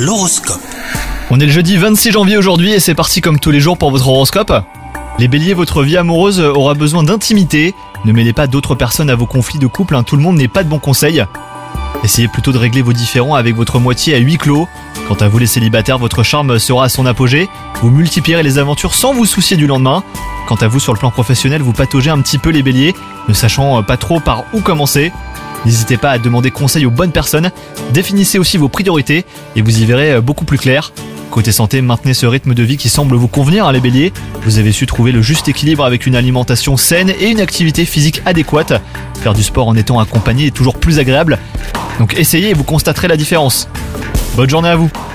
L'horoscope. On est le jeudi 26 janvier aujourd'hui et c'est parti comme tous les jours pour votre horoscope. Les béliers, votre vie amoureuse aura besoin d'intimité. Ne mêlez pas d'autres personnes à vos conflits de couple, tout le monde n'est pas de bons conseils. Essayez plutôt de régler vos différends avec votre moitié à huis clos. Quant à vous les célibataires, votre charme sera à son apogée. Vous multiplierez les aventures sans vous soucier du lendemain. Quant à vous sur le plan professionnel, vous pataugez un petit peu les béliers, ne sachant pas trop par où commencer. N'hésitez pas à demander conseil aux bonnes personnes. Définissez aussi vos priorités et vous y verrez beaucoup plus clair. Côté santé, maintenez ce rythme de vie qui semble vous convenir, les béliers. Vous avez su trouver le juste équilibre avec une alimentation saine et une activité physique adéquate. Faire du sport en étant accompagné est toujours plus agréable. Donc essayez et vous constaterez la différence. Bonne journée à vous.